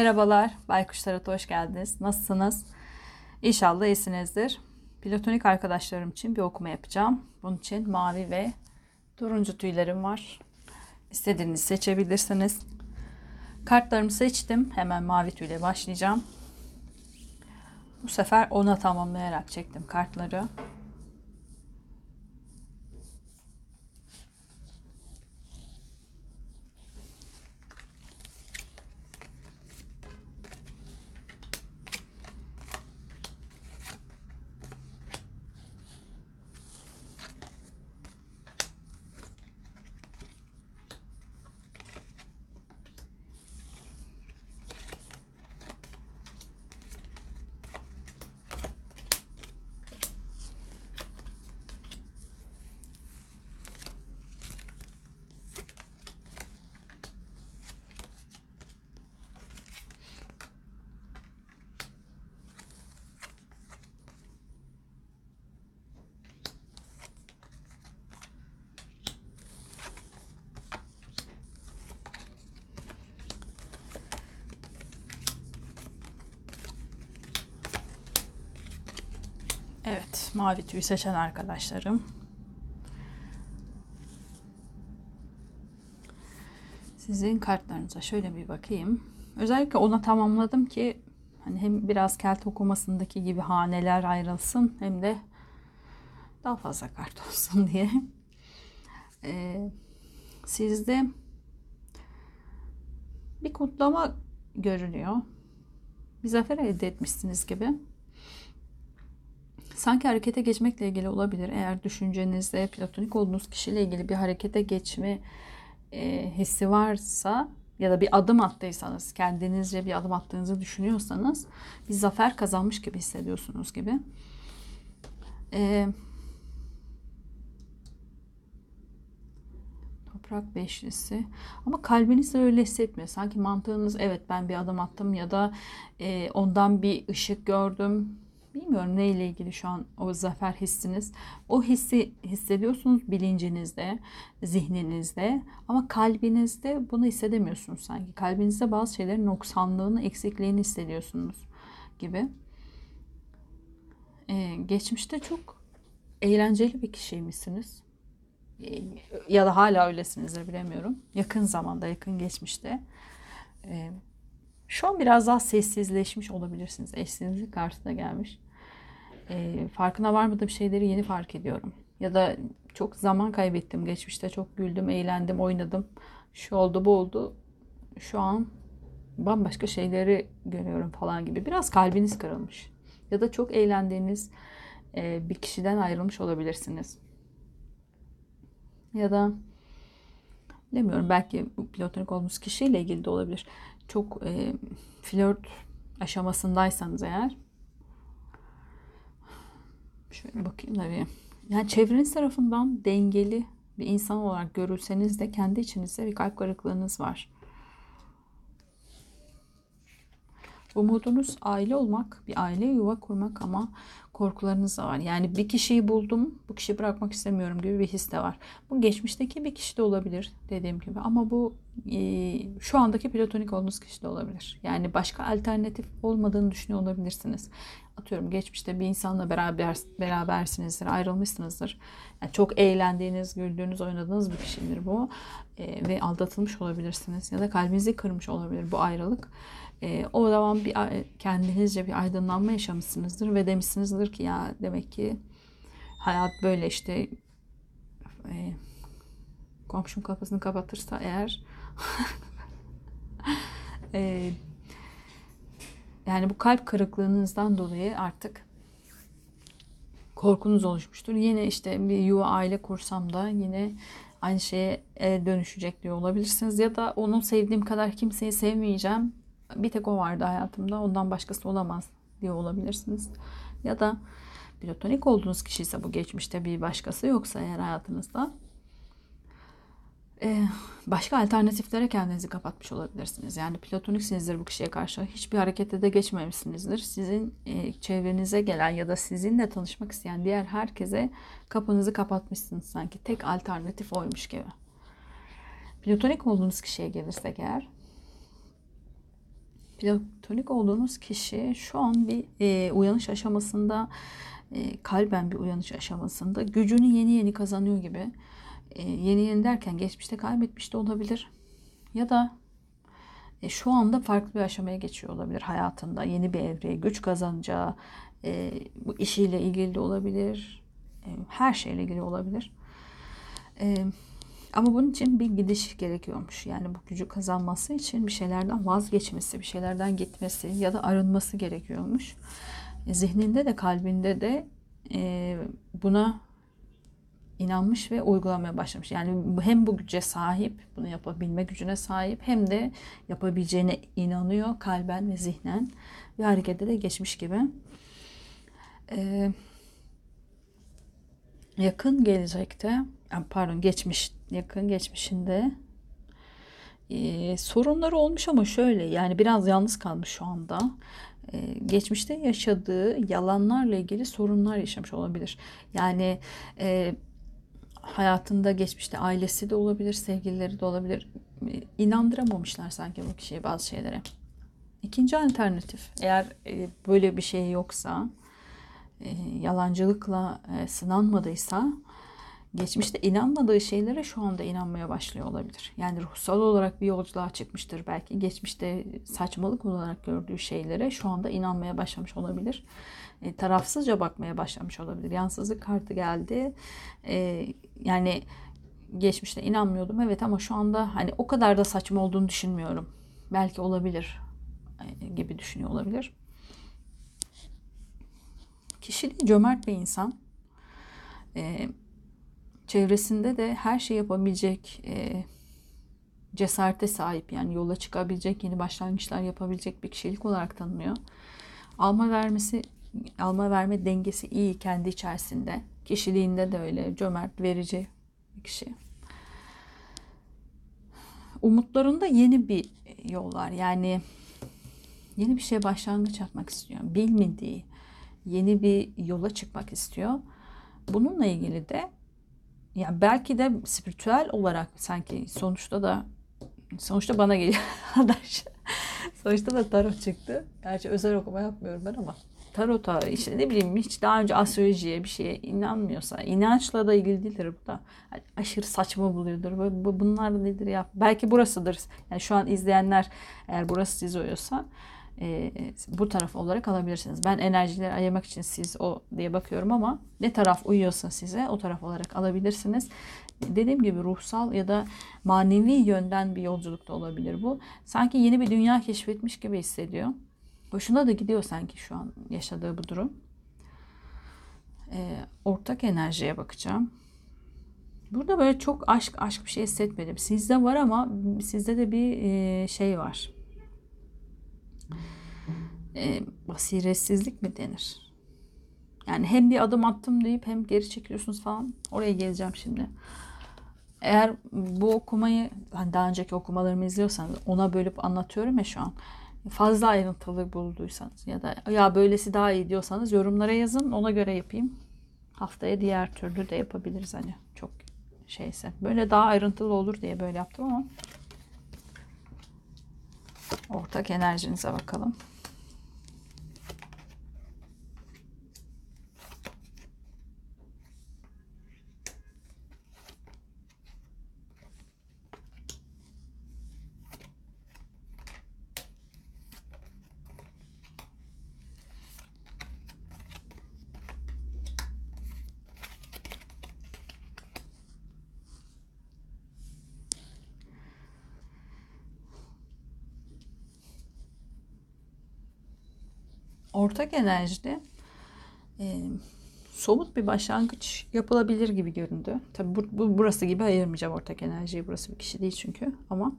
Merhabalar, Baykuş Tarot'a hoş geldiniz. Nasılsınız? İnşallah iyisinizdir. Platonik arkadaşlarım için bir okuma yapacağım. Bunun için mavi ve turuncu tüylerim var. İstediğinizi seçebilirsiniz. Kartlarımı seçtim. Hemen mavi tüyle başlayacağım. Bu sefer ona tamamlayarak çektim kartları. Evet, mavi tüyü seçen arkadaşlarım. Sizin kartlarınıza şöyle bir bakayım. Özellikle ona tamamladım ki hani hem biraz kelt okumasındaki gibi haneler ayrılsın hem de daha fazla kart olsun diye. Sizde bir kutlama görünüyor. Bir zafer elde etmişsiniz gibi. Sanki harekete geçmekle ilgili olabilir. Eğer düşüncenizde platonik olduğunuz kişiyle ilgili bir harekete geçme hissi varsa ya da bir adım attıysanız, kendinizce bir adım attığınızı düşünüyorsanız bir zafer kazanmış gibi hissediyorsunuz gibi. Toprak beşlisi. Ama kalbiniz de öyle hissetmiyor. Sanki mantığınız evet ben bir adım attım ya da ondan bir ışık gördüm. Bilmiyorum neyle ilgili şu an o zafer hissiniz. O hissi hissediyorsunuz bilincinizde, zihninizde ama kalbinizde bunu hissedemiyorsunuz sanki. Kalbinizde bazı şeylerin noksanlığını, eksikliğini hissediyorsunuz gibi. Geçmişte çok eğlenceli bir kişiymişsiniz. Ya da hala öylesinizdir bilemiyorum. Yakın zamanda, yakın geçmişte. Şu an biraz daha sessizleşmiş olabilirsiniz. Eşsizlik karşısına gelmiş. Farkına varmadığım şeyleri yeni fark ediyorum. Ya da çok zaman kaybettim geçmişte. Çok güldüm, eğlendim, oynadım. Şu oldu, bu oldu. Şu an bambaşka şeyleri görüyorum falan gibi. Biraz kalbiniz kırılmış. Ya da çok eğlendiğiniz bir kişiden ayrılmış olabilirsiniz. Ya da bilemiyorum belki bu platonik olduğunuz kişiyle ilgili de olabilir. Çok flört aşamasındaysanız eğer şöyle bakayım da bir. Yani çevreniz tarafından dengeli bir insan olarak görülseniz de kendi içinizde bir kalp kırıklığınız var. Umudunuz aile olmak, bir aile yuva kurmak ama korkularınız da var. Yani bir kişiyi buldum, bu kişiyi bırakmak istemiyorum gibi bir his de var. Bu geçmişteki bir kişi de olabilir dediğim gibi ama bu şu andaki platonik olduğunuz kişi de olabilir. Yani başka alternatif olmadığını düşünüyor olabilirsiniz. Atıyorum geçmişte bir insanla berabersinizdir, ayrılmışsınızdır. Yani çok eğlendiğiniz, güldüğünüz, oynadığınız bir kişidir bu. Ve aldatılmış olabilirsiniz ya da kalbinizi kırmış olabilir bu ayrılık. O zaman kendinizce bir aydınlanma yaşamışsınızdır ve demişsinizdir ki ya demek ki hayat böyle işte komşum kapısını kapatırsa eğer e, yani bu kalp kırıklığınızdan dolayı artık korkunuz oluşmuştur. Yine işte bir yuva aile kursam da yine aynı şeye dönüşecek diyor olabilirsiniz. Ya da onu sevdiğim kadar kimseyi sevmeyeceğim. Bir tek o vardı hayatımda. Ondan başkası olamaz diyor olabilirsiniz. Ya da platonik olduğunuz kişi ise bu geçmişte bir başkası yoksa eğer hayatınızda başka alternatiflere kendinizi kapatmış olabilirsiniz. Yani platoniksinizdir bu kişiye karşı. Hiçbir harekete de geçmemişsinizdir. Sizin çevrenize gelen ya da sizinle tanışmak isteyen diğer herkese kapınızı kapatmışsınız sanki. Tek alternatif oymuş gibi. Platonik olduğunuz kişiye gelirsek eğer, Platonik olduğunuz kişi şu an bir uyanış aşamasında, kalben bir uyanış aşamasında, gücünü yeni yeni kazanıyor gibi. Yeni yeni derken geçmişte kaybetmiş de olabilir. Ya da şu anda farklı bir aşamaya geçiyor olabilir hayatında. Yeni bir evreye güç kazanacağı, bu işiyle ilgili de olabilir. Her şeyle ilgili olabilir. Ama bunun için bir gidiş gerekiyormuş. Yani bu gücü kazanması için bir şeylerden vazgeçmesi, bir şeylerden gitmesi ya da arınması gerekiyormuş. Zihninde de kalbinde de buna inanmış ve uygulamaya başlamış. Yani hem bu güce sahip, bunu yapabilme gücüne sahip, hem de yapabileceğine inanıyor kalben ve zihnen. Bir harekete de geçmiş gibi. Yakın gelecekte, yakın geçmişinde sorunları olmuş ama şöyle, yani biraz yalnız kalmış şu anda. Geçmişte yaşadığı yalanlarla ilgili sorunlar yaşamış olabilir. Yani hayatında geçmişte ailesi de olabilir, sevgilileri de olabilir. İnandıramamışlar sanki bu kişiye bazı şeylere. İkinci alternatif, eğer böyle bir şey yoksa, yalancılıkla sınanmadıysa, geçmişte inanmadığı şeylere şu anda inanmaya başlıyor olabilir. Yani ruhsal olarak bir yolculuğa çıkmıştır belki. Geçmişte saçmalık olarak gördüğü şeylere şu anda inanmaya başlamış olabilir. Tarafsızca bakmaya başlamış olabilir. Yansızlık kartı geldi. Yani geçmişte inanmıyordum, evet, ama şu anda hani o kadar da saçma olduğunu düşünmüyorum. Belki olabilir gibi düşünüyor olabilir. Kişiliği cömert bir insan. Çevresinde de her şey yapabilecek cesarete sahip, yani yola çıkabilecek, yeni başlangıçlar yapabilecek bir kişilik olarak tanınıyor. Alma verme dengesi iyi kendi içerisinde. Kişiliğinde de öyle cömert, verici bir kişi. Umutlarında yeni bir yol var. Yani yeni bir şeye başlangıç yapmak istiyor. Bilmediği yeni bir yola çıkmak istiyor. Bununla ilgili de ya belki de spiritüel olarak sanki sonuçta bana geliyor arkadaş. Sonuçta da tarot çıktı. Gerçi özel okuma yapmıyorum ben ama tarota, işte ne bileyim, hiç daha önce astrolojiye bir şeye inanmıyorsa, inançla da ilgili değildir bu da. Hani aşırı saçma buluyordur. Bunlar da nedir ya? Belki burasıdır. Yani şu an izleyenler, eğer burası siz uyuyorsa bu taraf olarak alabilirsiniz. Ben enerjileri ayırmak için siz o diye bakıyorum ama ne taraf uyuyorsa size o taraf olarak alabilirsiniz. Dediğim gibi ruhsal ya da manevi yönden bir yolculuk da olabilir bu. Sanki yeni bir dünya keşfetmiş gibi hissediyor. Hoşuna da gidiyor sanki şu an yaşadığı bu durum. Ortak enerjiye bakacağım. Burada böyle çok aşk bir şey hissetmedim. Sizde var ama sizde de bir şey var. Basiretsizlik mi denir? Yani hem bir adım attım deyip hem geri çekiliyorsunuz falan. Oraya geleceğim şimdi. Eğer bu okumayı, hani daha önceki okumalarımı izliyorsanız, ona bölüp anlatıyorum ya şu an. Fazla ayrıntılı bulduysanız ya da ya böylesi daha iyi diyorsanız yorumlara yazın, ona göre yapayım. Haftaya diğer türlü de yapabiliriz, hani çok şeyse. Böyle daha ayrıntılı olur diye böyle yaptım ama ortak enerjinize bakalım. Ortak enerjide somut bir başlangıç yapılabilir gibi göründü. Tabi burası gibi ayırmayacağım ortak enerjiyi. Burası bir kişi değil çünkü. Ama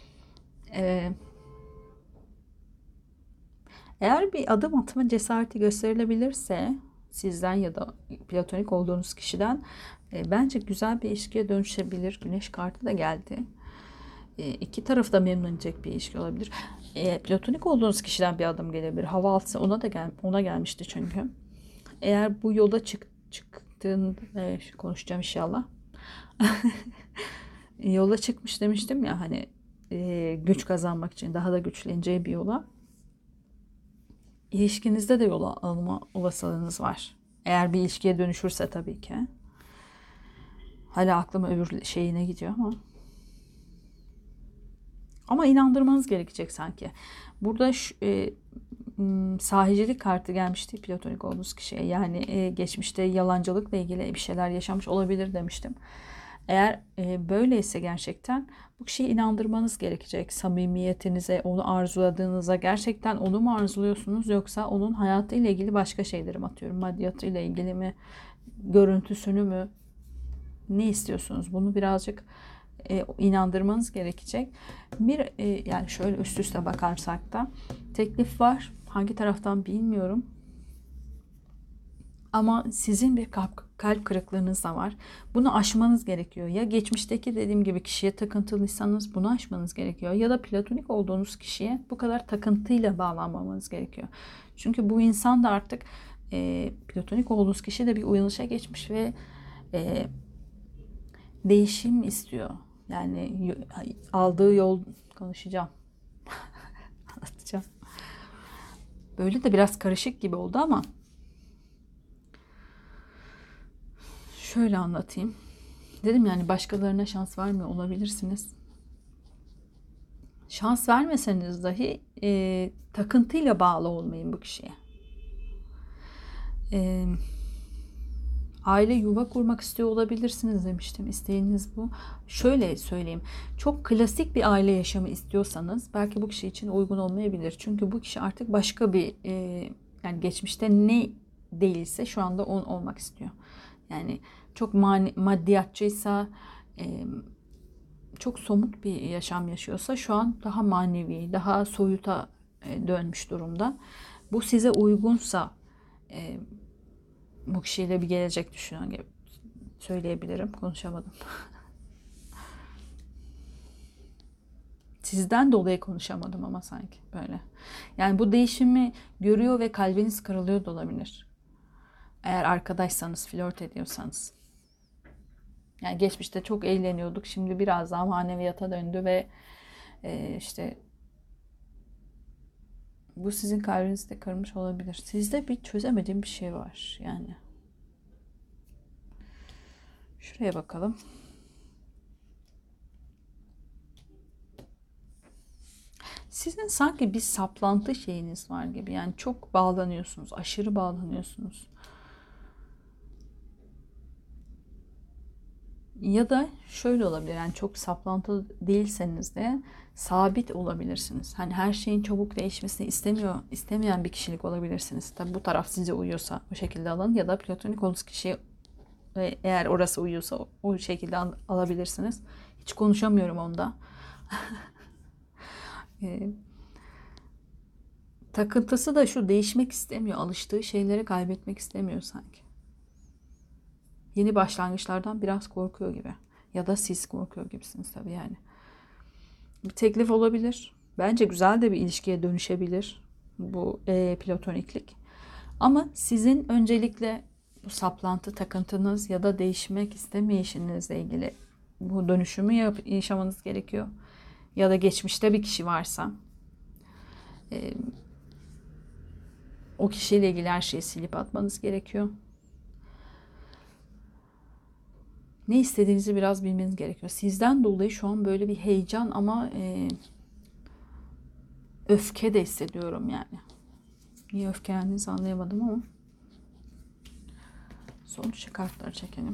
eğer bir adım atma cesareti gösterilebilirse sizden ya da platonik olduğunuz kişiden, bence güzel bir ilişkiye dönüşebilir. Güneş kartı da geldi. İki tarafı da memnun edecek bir ilişki olabilir. Platonik olduğunuz kişiden bir adım gelebilir. Hava altısı ona gelmişti çünkü. Eğer bu yola çıktığın konuşacağım inşallah. Yola çıkmış demiştim ya, hani güç kazanmak için daha da güçleneceği bir yola. İlişkinizde de yol alma olasılığınız var. Eğer bir ilişkiye dönüşürse tabii ki. Hala aklım öbür şeyine gidiyor ama. Ama inandırmanız gerekecek sanki. Burada sahicilik kartı gelmişti platonik olduğunuz kişiye. Yani geçmişte yalancılıkla ilgili bir şeyler yaşamış olabilir demiştim. Eğer böyleyse gerçekten bu kişiyi inandırmanız gerekecek. Samimiyetinize, onu arzuladığınıza, gerçekten onu mu arzuluyorsunuz yoksa onun hayatıyla ilgili başka şeyleri mi, atıyorum maddiyatıyla ilgili mi, görüntüsünü mü, ne istiyorsunuz? Bunu birazcık inandırmanız gerekecek. Yani şöyle üst üste bakarsak da teklif var. Hangi taraftan bilmiyorum. Ama sizin bir kalp kırıklığınız da var. Bunu aşmanız gerekiyor. Ya geçmişteki dediğim gibi kişiye takıntılıysanız bunu aşmanız gerekiyor. Ya da platonik olduğunuz kişiye bu kadar takıntıyla bağlanmamanız gerekiyor. Çünkü bu insan da artık platonik olduğunuz kişi de bir uyanışa geçmiş ve değişim istiyor. Yani aldığı yol konuşacağım. Anlatacağım. Böyle de biraz karışık gibi oldu ama şöyle anlatayım. Dedim yani başkalarına şans vermiyor olabilirsiniz. Şans vermeseniz dahi takıntıyla bağlı olmayın bu kişiye. Aile yuva kurmak istiyor olabilirsiniz demiştim. İsteğiniz bu. Şöyle söyleyeyim. Çok klasik bir aile yaşamı istiyorsanız belki bu kişi için uygun olmayabilir. Çünkü bu kişi artık başka bir yani geçmişte ne değilse şu anda on olmak istiyor. Yani çok maddiyatçıysa çok somut bir yaşam yaşıyorsa şu an daha manevi, daha soyuta dönmüş durumda. Bu size uygunsa bu kişiyle bir gelecek düşünün gibi söyleyebilirim. Konuşamadım. Sizden dolayı konuşamadım ama sanki böyle. Yani bu değişimi görüyor ve kalbiniz kırılıyor da olabilir. Eğer arkadaşsanız, flört ediyorsanız. Yani geçmişte çok eğleniyorduk. Şimdi biraz daha maneviyata döndü ve işte bu sizin kalbinizi de kırmış olabilir. Sizde bir çözemediğim bir şey var yani. Şuraya bakalım. Sizin sanki bir saplantı şeyiniz var gibi. Yani çok bağlanıyorsunuz, aşırı bağlanıyorsunuz. Ya da şöyle olabilir. Yani çok saplantı değilseniz de sabit olabilirsiniz. Hani her şeyin çabuk değişmesini istemeyen bir kişilik olabilirsiniz. Tabii bu taraf size uyuyorsa o şekilde alın ya da platonik olduğunuz kişiye eğer orası uyuyorsa o şekilde alabilirsiniz. Hiç konuşamıyorum onda. E, Takıntısı da şu, değişmek istemiyor. Alıştığı şeyleri kaybetmek istemiyor sanki. Yeni başlangıçlardan biraz korkuyor gibi. Ya da siz korkuyor gibisiniz tabii yani. Bir teklif olabilir. Bence güzel de bir ilişkiye dönüşebilir bu platoniklik. Ama sizin öncelikle bu saplantı takıntınız ya da değişmek istemeyişinizle ilgili bu dönüşümü yaşamanız gerekiyor. Ya da geçmişte bir kişi varsa o kişiyle ilgili her şeyi silip atmanız gerekiyor. Ne istediğinizi biraz bilmeniz gerekiyor. Sizden dolayı şu an böyle bir heyecan ama öfke de hissediyorum yani. Niye öfkelendiğinizi anlayamadım ama. Sonuç kartları çekelim.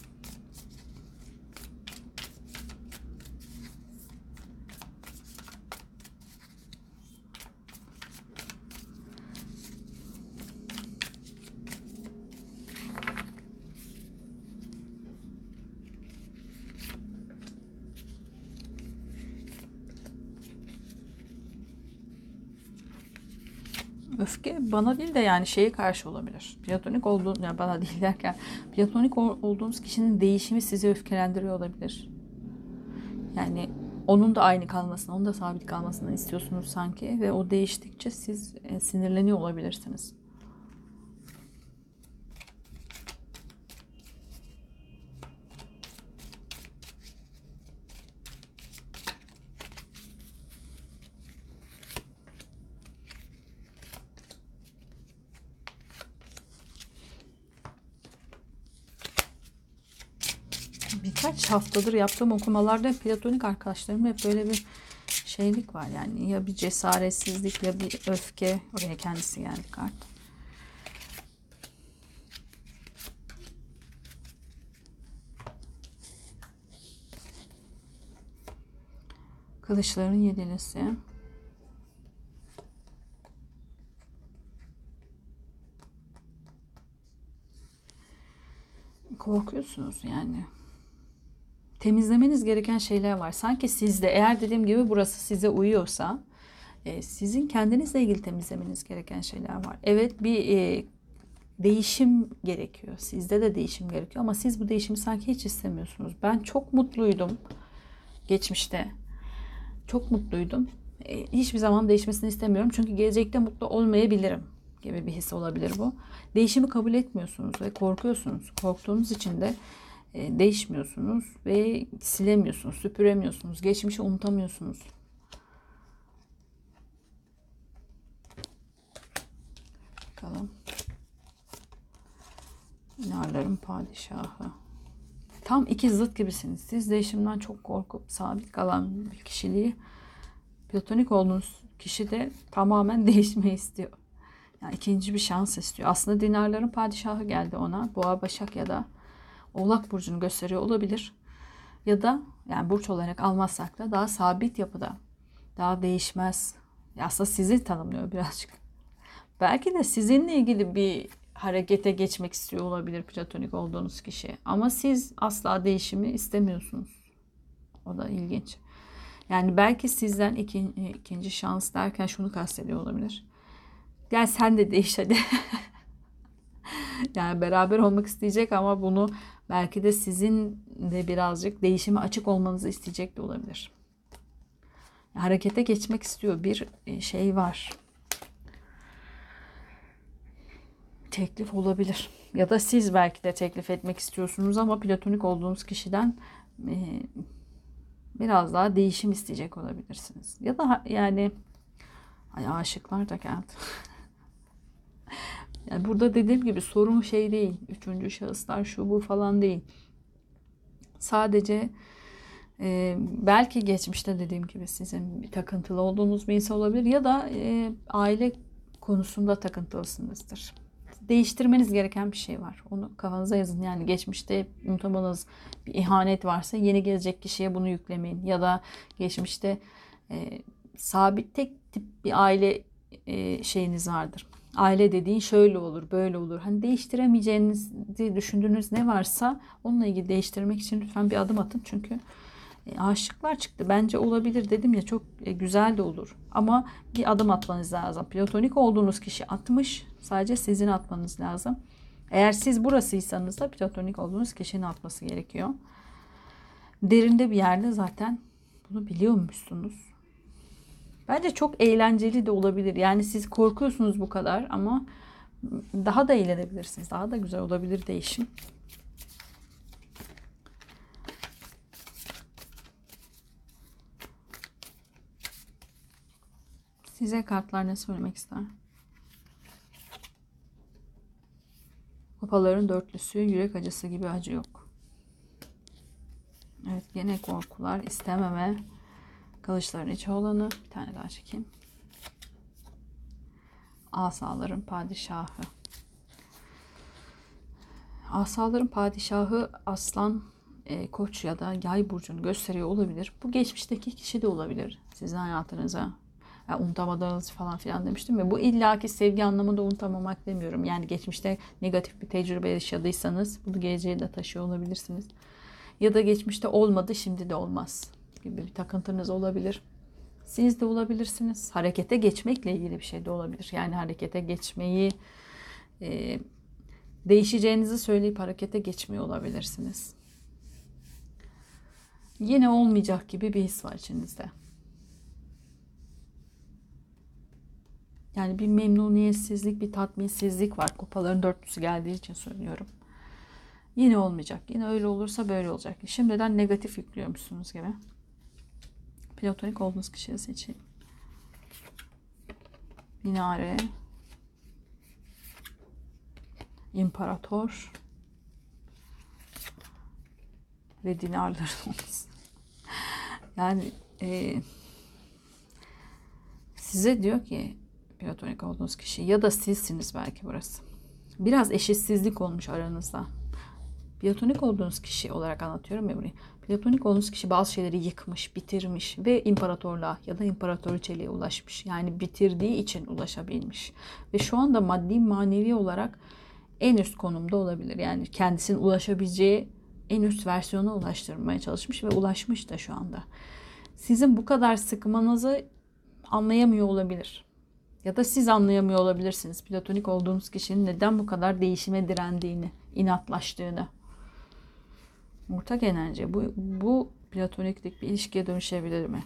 Öfke bana değil de yani şeye karşı olabilir. Platonik olduğun, yani bana değil derken platonik olduğunuz kişinin değişimi sizi öfkelendiriyor olabilir. Yani onun da aynı kalmasını, onun da sabit kalmasını istiyorsunuz sanki ve o değiştikçe siz sinirleniyor olabilirsiniz. birkaç haftadır yaptığım okumalarda platonik arkadaşlarımla hep böyle bir şeylik var. Yani ya bir cesaretsizlik ya bir öfke. Oraya kendisi geldi kart. Kılıçların yedilisi. Korkuyorsunuz yani. Temizlemeniz gereken şeyler var. Sanki sizde, eğer dediğim gibi burası size uyuyorsa sizin kendinizle ilgili temizlemeniz gereken şeyler var. Evet, bir değişim gerekiyor. Sizde de değişim gerekiyor ama siz bu değişimi sanki hiç istemiyorsunuz. Ben çok mutluydum geçmişte. Çok mutluydum. Hiçbir zaman değişmesini istemiyorum. Çünkü gelecekte mutlu olmayabilirim gibi bir his olabilir bu. Değişimi kabul etmiyorsunuz ve korkuyorsunuz. Korktuğunuz için de değişmiyorsunuz ve silemiyorsunuz, süpüremiyorsunuz. Geçmişi unutamıyorsunuz. Bakalım. Dinarların padişahı. Tam iki zıt gibisiniz. Siz değişimden çok korkup sabit kalan bir kişiliği, platonik olduğunuz kişi de tamamen değişmeyi istiyor. Yani ikinci bir şans istiyor. Aslında dinarların padişahı geldi ona. Boğa, Başak ya da Oğlak burcunu gösteriyor olabilir. Ya da yani burç olarak almazsak da daha sabit yapıda, daha değişmez. Aslında sizi tanımlıyor birazcık. Belki de sizinle ilgili bir harekete geçmek istiyor olabilir platonik olduğunuz kişi. Ama siz asla değişimi istemiyorsunuz. O da ilginç. Yani belki sizden ikinci şans derken şunu kastediyor olabilir. Gel sen de değiş hadi. Yani beraber olmak isteyecek ama bunu belki de sizin de birazcık değişime açık olmanızı isteyecek de olabilir. Harekete geçmek istiyor. Bir şey var. Teklif olabilir. Ya da siz belki de teklif etmek istiyorsunuz ama platonik olduğunuz kişiden biraz daha değişim isteyecek olabilirsiniz. Ya da yani aşıklar da geldi. Yani burada dediğim gibi sorun şey değil. Üçüncü şahıslar şu bu falan değil. Sadece belki geçmişte dediğim gibi sizin bir takıntılı olduğunuz bir insan olabilir ya da aile konusunda takıntılısınızdır. Değiştirmeniz gereken bir şey var. Onu kafanıza yazın. Yani geçmişte unutamadığınız bir ihanet varsa yeni gelecek kişiye bunu yüklemeyin. Ya da geçmişte sabit tek tip bir aile şeyiniz vardır. Aile dediğin şöyle olur, böyle olur. Hani değiştiremeyeceğinizi düşündüğünüz ne varsa onunla ilgili değiştirmek için lütfen bir adım atın. Çünkü aşıklar çıktı. Bence olabilir dedim ya, çok güzel de olur. Ama bir adım atmanız lazım. Platonik olduğunuz kişi atmış. Sadece sizin atmanız lazım. Eğer siz burasıysanız da platonik olduğunuz kişinin atması gerekiyor. Derinde bir yerde zaten bunu biliyormuşsunuz. Bence çok eğlenceli de olabilir. Yani siz korkuyorsunuz bu kadar ama daha da eğlenebilirsiniz. Daha da güzel olabilir değişim. Size kartlar ne söylemek ister? Kupaların dörtlüsü, yürek acısı gibi acı yok. Evet, gene korkular, istememe, kılıçların içi olanı. Bir tane daha çekeyim. Asaların padişahı. Asaların padişahı Aslan, Koç ya da Yay burcunu gösteriyor olabilir. Bu geçmişteki kişi de olabilir sizin hayatınıza. Yani unutamadığınız falan filan demiştim ya. Bu illaki sevgi anlamında unutamamak demiyorum. Yani geçmişte negatif bir tecrübe yaşadıysanız bunu geleceğe de taşıyor olabilirsiniz. Ya da geçmişte olmadı, şimdi de olmaz gibi bir takıntınız olabilir. Siz de olabilirsiniz. Harekete geçmekle ilgili bir şey de olabilir. Yani harekete geçmeyi, değişeceğinizi söyleyip harekete geçmiyor olabilirsiniz. Yine olmayacak gibi bir his var içinizde. Yani bir memnuniyetsizlik, bir tatminsizlik var. Kupaların dörtlüsü geldiği için söylüyorum. Yine olmayacak. Yine öyle olursa böyle olacak. Şimdiden negatif yüklüyormuşsunuz gibi. Platonik olduğunuz kişiyi seçeyim. Minare. İmparator. ve dinarların olsun. Yani size diyor ki platonik olduğunuz kişi ya da sizsiniz belki burası. Biraz eşitsizlik olmuş aranızda. Platonik olduğunuz kişi olarak anlatıyorum ya burayı. Platonik olduğunuz kişi bazı şeyleri yıkmış, bitirmiş ve imparatorluğa ya da imparatoriçeliğe ulaşmış. Yani bitirdiği için ulaşabilmiş. Ve şu anda maddi manevi olarak en üst konumda olabilir. Yani kendisinin ulaşabileceği en üst versiyona ulaştırmaya çalışmış ve ulaşmış da şu anda. Sizin bu kadar sıkmanızı anlayamıyor olabilir. Ya da siz anlayamıyor olabilirsiniz. Platonik olduğunuz kişinin neden bu kadar değişime direndiğini, inatlaştığını. Ortak enerji. Bu platoniklik bir ilişkiye dönüşebilir mi?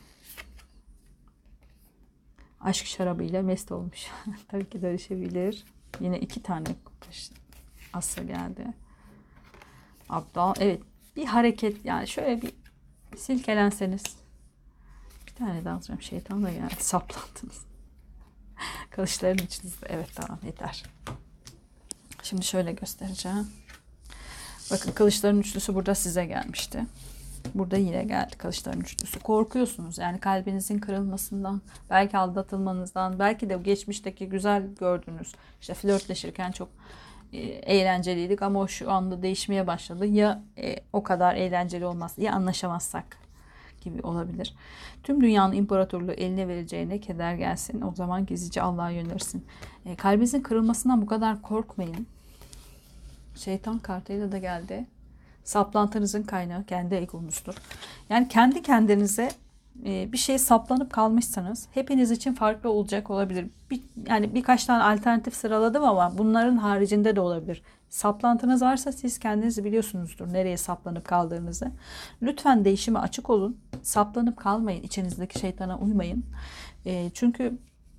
Aşk şarabıyla mest olmuş. Tabii ki dönüşebilir. Yine 2 tane asa geldi. Abdal. Evet. Bir hareket yani şöyle bir silkelenseniz. Bir tane daha alacağım. Şeytan da geldi. Saplandınız. Kılıçların içinizde. Evet tamam yeter. Şimdi şöyle göstereceğim. Bakın kılıçların üçlüsü burada size gelmişti. Burada yine geldi kılıçların üçlüsü. Korkuyorsunuz yani kalbinizin kırılmasından, belki aldatılmanızdan, belki de geçmişteki güzel gördüğünüz işte flörtleşirken çok eğlenceliydik ama o şu anda değişmeye başladı. Ya o kadar eğlenceli olmaz ya anlaşamazsak gibi olabilir. Tüm dünyanın imparatorluğu eline vereceğine keder gelsin. O zaman gizlice Allah'a yönelirsin. Kalbinizin kırılmasından bu kadar korkmayın. Şeytan kartıyla da geldi. Saplantınızın kaynağı kendi egonuzdur. Yani kendi kendinize bir şey saplanıp kalmışsanız hepiniz için farklı olacak olabilir. Yani birkaç tane alternatif sıraladım ama bunların haricinde de olabilir. Saplantınız varsa siz kendiniz biliyorsunuzdur nereye saplanıp kaldığınızı. Lütfen değişime açık olun. Saplanıp kalmayın. İçinizdeki şeytana uymayın. Çünkü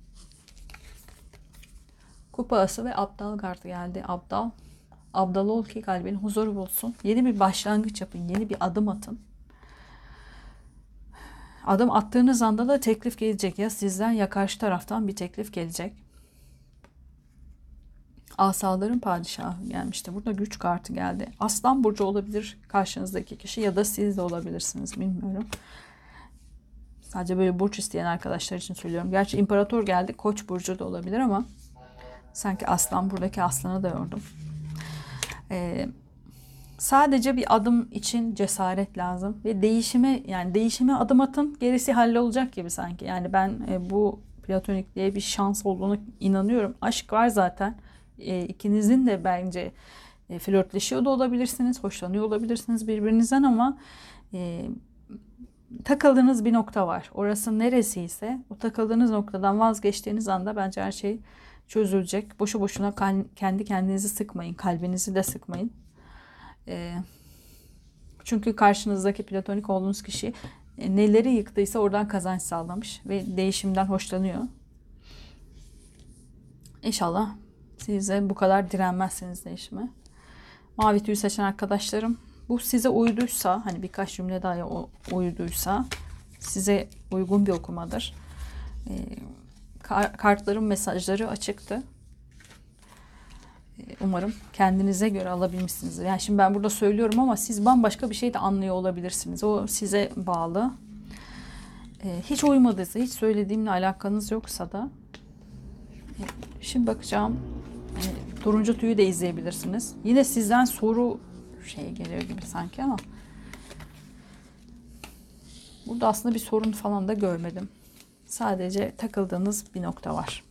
kupa ası ve aptal kartı geldi. Aptal. Abdal ol ki kalbin huzuru bulsun. Yeni bir başlangıç yapın. Yeni bir adım atın. Adım attığınız anda da teklif gelecek. Ya sizden ya karşı taraftan bir teklif gelecek. Asaların padişahı gelmişti. Burada güç kartı geldi. Aslan burcu olabilir karşınızdaki kişi ya da siz de olabilirsiniz. Bilmiyorum. Sadece böyle burç isteyen arkadaşlar için söylüyorum. Gerçi imparator geldi. Koç burcu da olabilir ama sanki aslan buradaki aslanı da gördüm. Sadece bir adım için cesaret lazım ve değişime adım atın, gerisi hallolacak gibi sanki. Yani ben bu platonikliğe bir şans olduğunu inanıyorum. Aşk var zaten. İkinizin de bence flörtleşiyor da olabilirsiniz, hoşlanıyor olabilirsiniz birbirinizden ama takıldığınız bir nokta var. Orası neresiyse o takıldığınız noktadan vazgeçtiğiniz anda bence her şey çözülecek. Boşu boşuna kendi kendinizi sıkmayın, kalbinizi de sıkmayın. Çünkü karşınızdaki platonik olduğunuz kişi neleri yıktıysa oradan kazanç sağlamış ve değişimden hoşlanıyor. İnşallah siz de bu kadar direnmezsiniz değişime. Mavi tüy seçen arkadaşlarım, bu size uyduysa, hani birkaç cümle daha uyduysa size uygun bir okumadır. Kartların mesajları açıktı. Umarım kendinize göre alabilmişsinizdir. Yani şimdi ben burada söylüyorum ama siz bambaşka bir şey de anlıyor olabilirsiniz. O size bağlı. Hiç uymadıysa, hiç söylediğimle alakanız yoksa da şimdi bakacağım. Turuncu tüyü de izleyebilirsiniz. Yine sizden soru geliyor gibi sanki ama burada aslında bir sorun falan da görmedim. Sadece takıldığınız bir nokta var.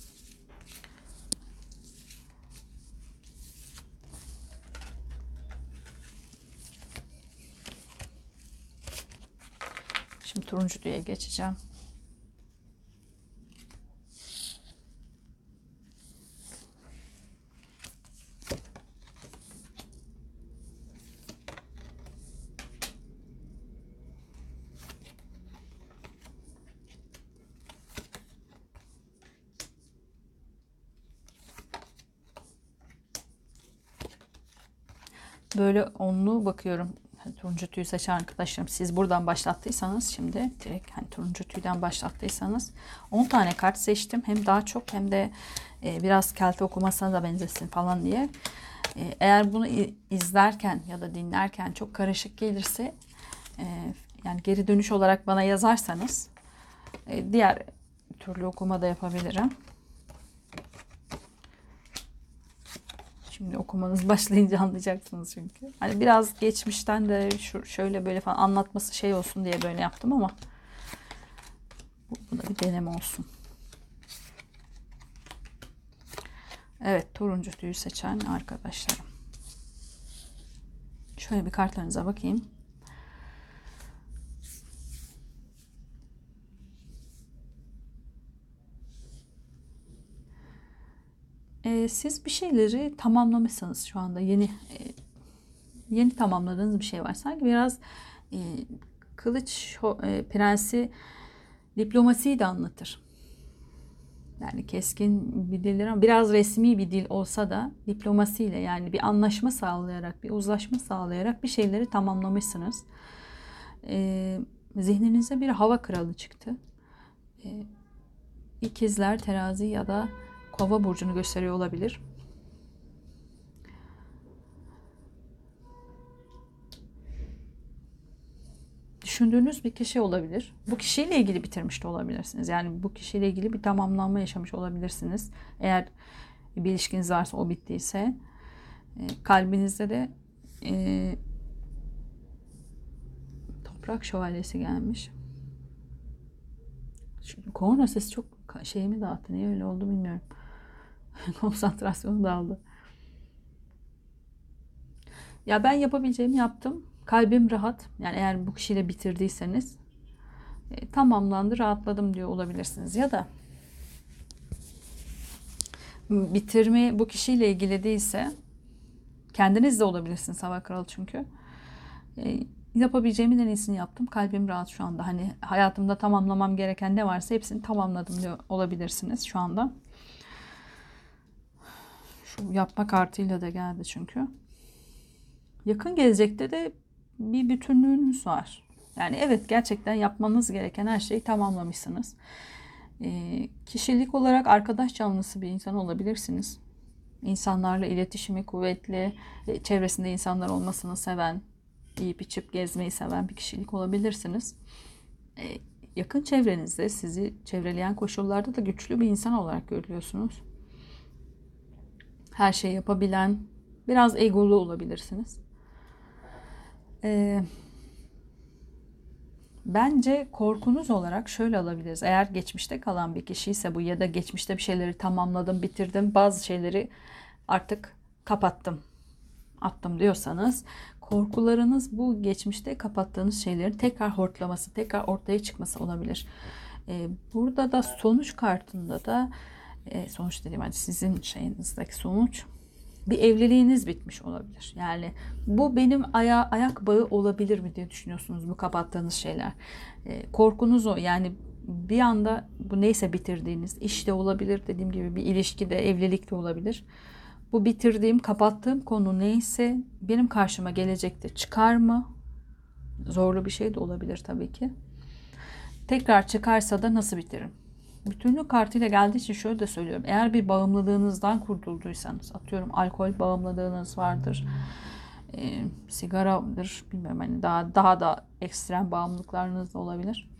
Şimdi turuncu tüye geçeceğim. Böyle onlu bakıyorum. Turuncu tüyü seçen arkadaşlarım, siz buradan başlattıysanız şimdi direkt turuncu tüyden başlattıysanız 10 tane kart seçtim. Hem daha çok hem de biraz kelte okumasına da benzesin falan diye. Eğer bunu izlerken ya da dinlerken çok karışık gelirse, yani geri dönüş olarak bana yazarsanız diğer türlü okuma da yapabilirim. Şimdi okumanız başlayınca anlayacaksınız çünkü. Hani biraz geçmişten de şöyle böyle falan anlatması şey olsun diye böyle yaptım ama bu da bir deneme olsun. Evet, turuncu tüyü seçen arkadaşlarım. Şöyle bir kartlarınıza bakayım. Siz bir şeyleri tamamlamışsınız şu anda. Yeni tamamladığınız bir şey var. Sanki biraz e, Kılıç Prensi diplomasiyi de anlatır. Yani keskin bir dil ama biraz resmi bir dil olsa da diplomasiyle, yani bir anlaşma sağlayarak, bir uzlaşma sağlayarak bir şeyleri tamamlamışsınız. Zihninize bir hava kralı çıktı. İkizler, Terazi ya da Kova burcunu gösteriyor olabilir. Düşündüğünüz bir kişi olabilir. Bu kişiyle ilgili bitirmiş de olabilirsiniz. Yani bu kişiyle ilgili bir tamamlanma yaşamış olabilirsiniz. Eğer bir ilişkiniz varsa, o bittiyse. Kalbinizde de toprak şövalyesi gelmiş. Şimdi korna sesi çok şeyimi dağıttı. Niye öyle oldu bilmiyorum. Konsantrasyonu dağıldı. Ya ben yapabileceğimi yaptım. Kalbim rahat. Yani eğer bu kişiyle bitirdiyseniz tamamlandı, rahatladım diyor olabilirsiniz. Ya da bitirme bu kişiyle ilgili değilse, kendiniz de olabilirsiniz hava kralı çünkü. Yapabileceğimin en iyisini yaptım. Kalbim rahat şu anda. Hani hayatımda tamamlamam gereken ne varsa hepsini tamamladım diyor olabilirsiniz şu anda. Şu yapma kartıyla da geldi çünkü. Yakın gelecekte de bir bütünlüğünüz var. Yani evet, gerçekten yapmanız gereken her şeyi tamamlamışsınız. Kişilik olarak arkadaş canlısı bir insan olabilirsiniz. İnsanlarla iletişimi kuvvetli, çevresinde insanlar olmasını seven, yiyip içip gezmeyi seven bir kişilik olabilirsiniz. Yakın çevrenizde, sizi çevreleyen koşullarda da güçlü bir insan olarak görülüyorsunuz. Her şeyi yapabilen, biraz egolu olabilirsiniz. Bence korkunuz olarak şöyle alabiliriz. Eğer geçmişte kalan bir kişiyse bu, ya da geçmişte bir şeyleri tamamladım, bitirdim, bazı şeyleri artık kapattım, attım diyorsanız, korkularınız bu geçmişte kapattığınız şeylerin tekrar hortlaması, tekrar ortaya çıkması olabilir. Burada da sonuç kartında da sonuç dediğim, hani sizin şeyinizdeki sonuç, bir evliliğiniz bitmiş olabilir. Yani bu benim ayak bağı olabilir mi diye düşünüyorsunuz bu kapattığınız şeyler. Korkunuz o. Yani bir anda bu neyse bitirdiğiniz işte olabilir, dediğim gibi bir ilişkide, evlilikte olabilir. Bu bitirdiğim, kapattığım konu neyse benim karşıma gelecekte çıkar mı? Zorlu bir şey de olabilir tabii ki. Tekrar çıkarsa da nasıl bitiririm? Bütünlük kartıyla geldiği için şöyle de söylüyorum. Eğer bir bağımlılığınızdan kurtulduysanız, atıyorum alkol bağımlılığınız vardır, sigaradır, bilmiyorum, hani daha da ekstrem bağımlılıklarınız da olabilir.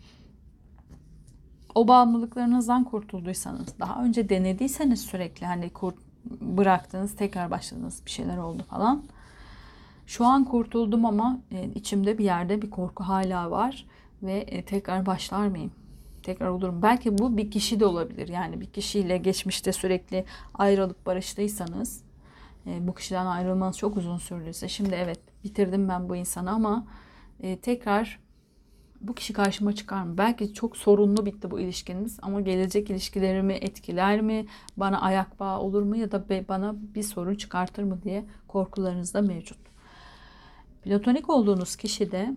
O bağımlılıklarınızdan kurtulduysanız, daha önce denediyseniz sürekli, hani bıraktınız, tekrar başladınız, bir şeyler oldu falan. Şu an kurtuldum ama içimde bir yerde bir korku hala var ve tekrar başlar mıyım? Tekrar olur mu? Belki bu bir kişi de olabilir. Yani bir kişiyle geçmişte sürekli ayrılıp barıştıysanız, bu kişiden ayrılmanız çok uzun sürdüyse, şimdi evet bitirdim ben bu insanı ama tekrar bu kişi karşıma çıkar mı? Belki çok sorunlu bitti bu ilişkiniz ama gelecek ilişkilerimi etkiler mi? Bana ayak bağı olur mu ya da bana bir sorun çıkartır mı diye korkularınız da mevcut. Platonik olduğunuz kişi de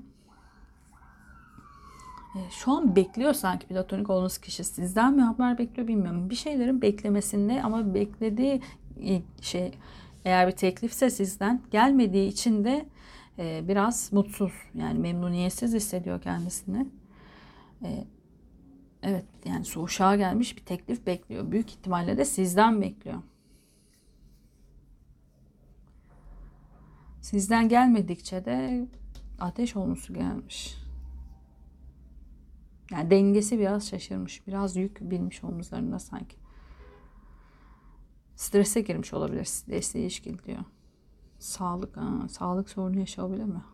şu an bekliyor, sanki platonik olduğunuz kişi sizden mi haber bekliyor bilmiyorum. Bir şeylerin beklemesinde, ama beklediği şey, eğer bir teklifse sizden gelmediği için de biraz mutsuz, yani memnuniyetsiz hissediyor kendisini. Evet, yani soğuşağa gelmiş bir teklif bekliyor. Büyük ihtimalle de sizden bekliyor. Sizden gelmedikçe de ateş olmusu gelmiş. Yani dengesi biraz şaşırmış. Biraz yük binmiş omuzlarında sanki. Strese girmiş olabilir. Stresle ilişkili diyor. Sağlık, sağlık sorunu yaşayabilir mi?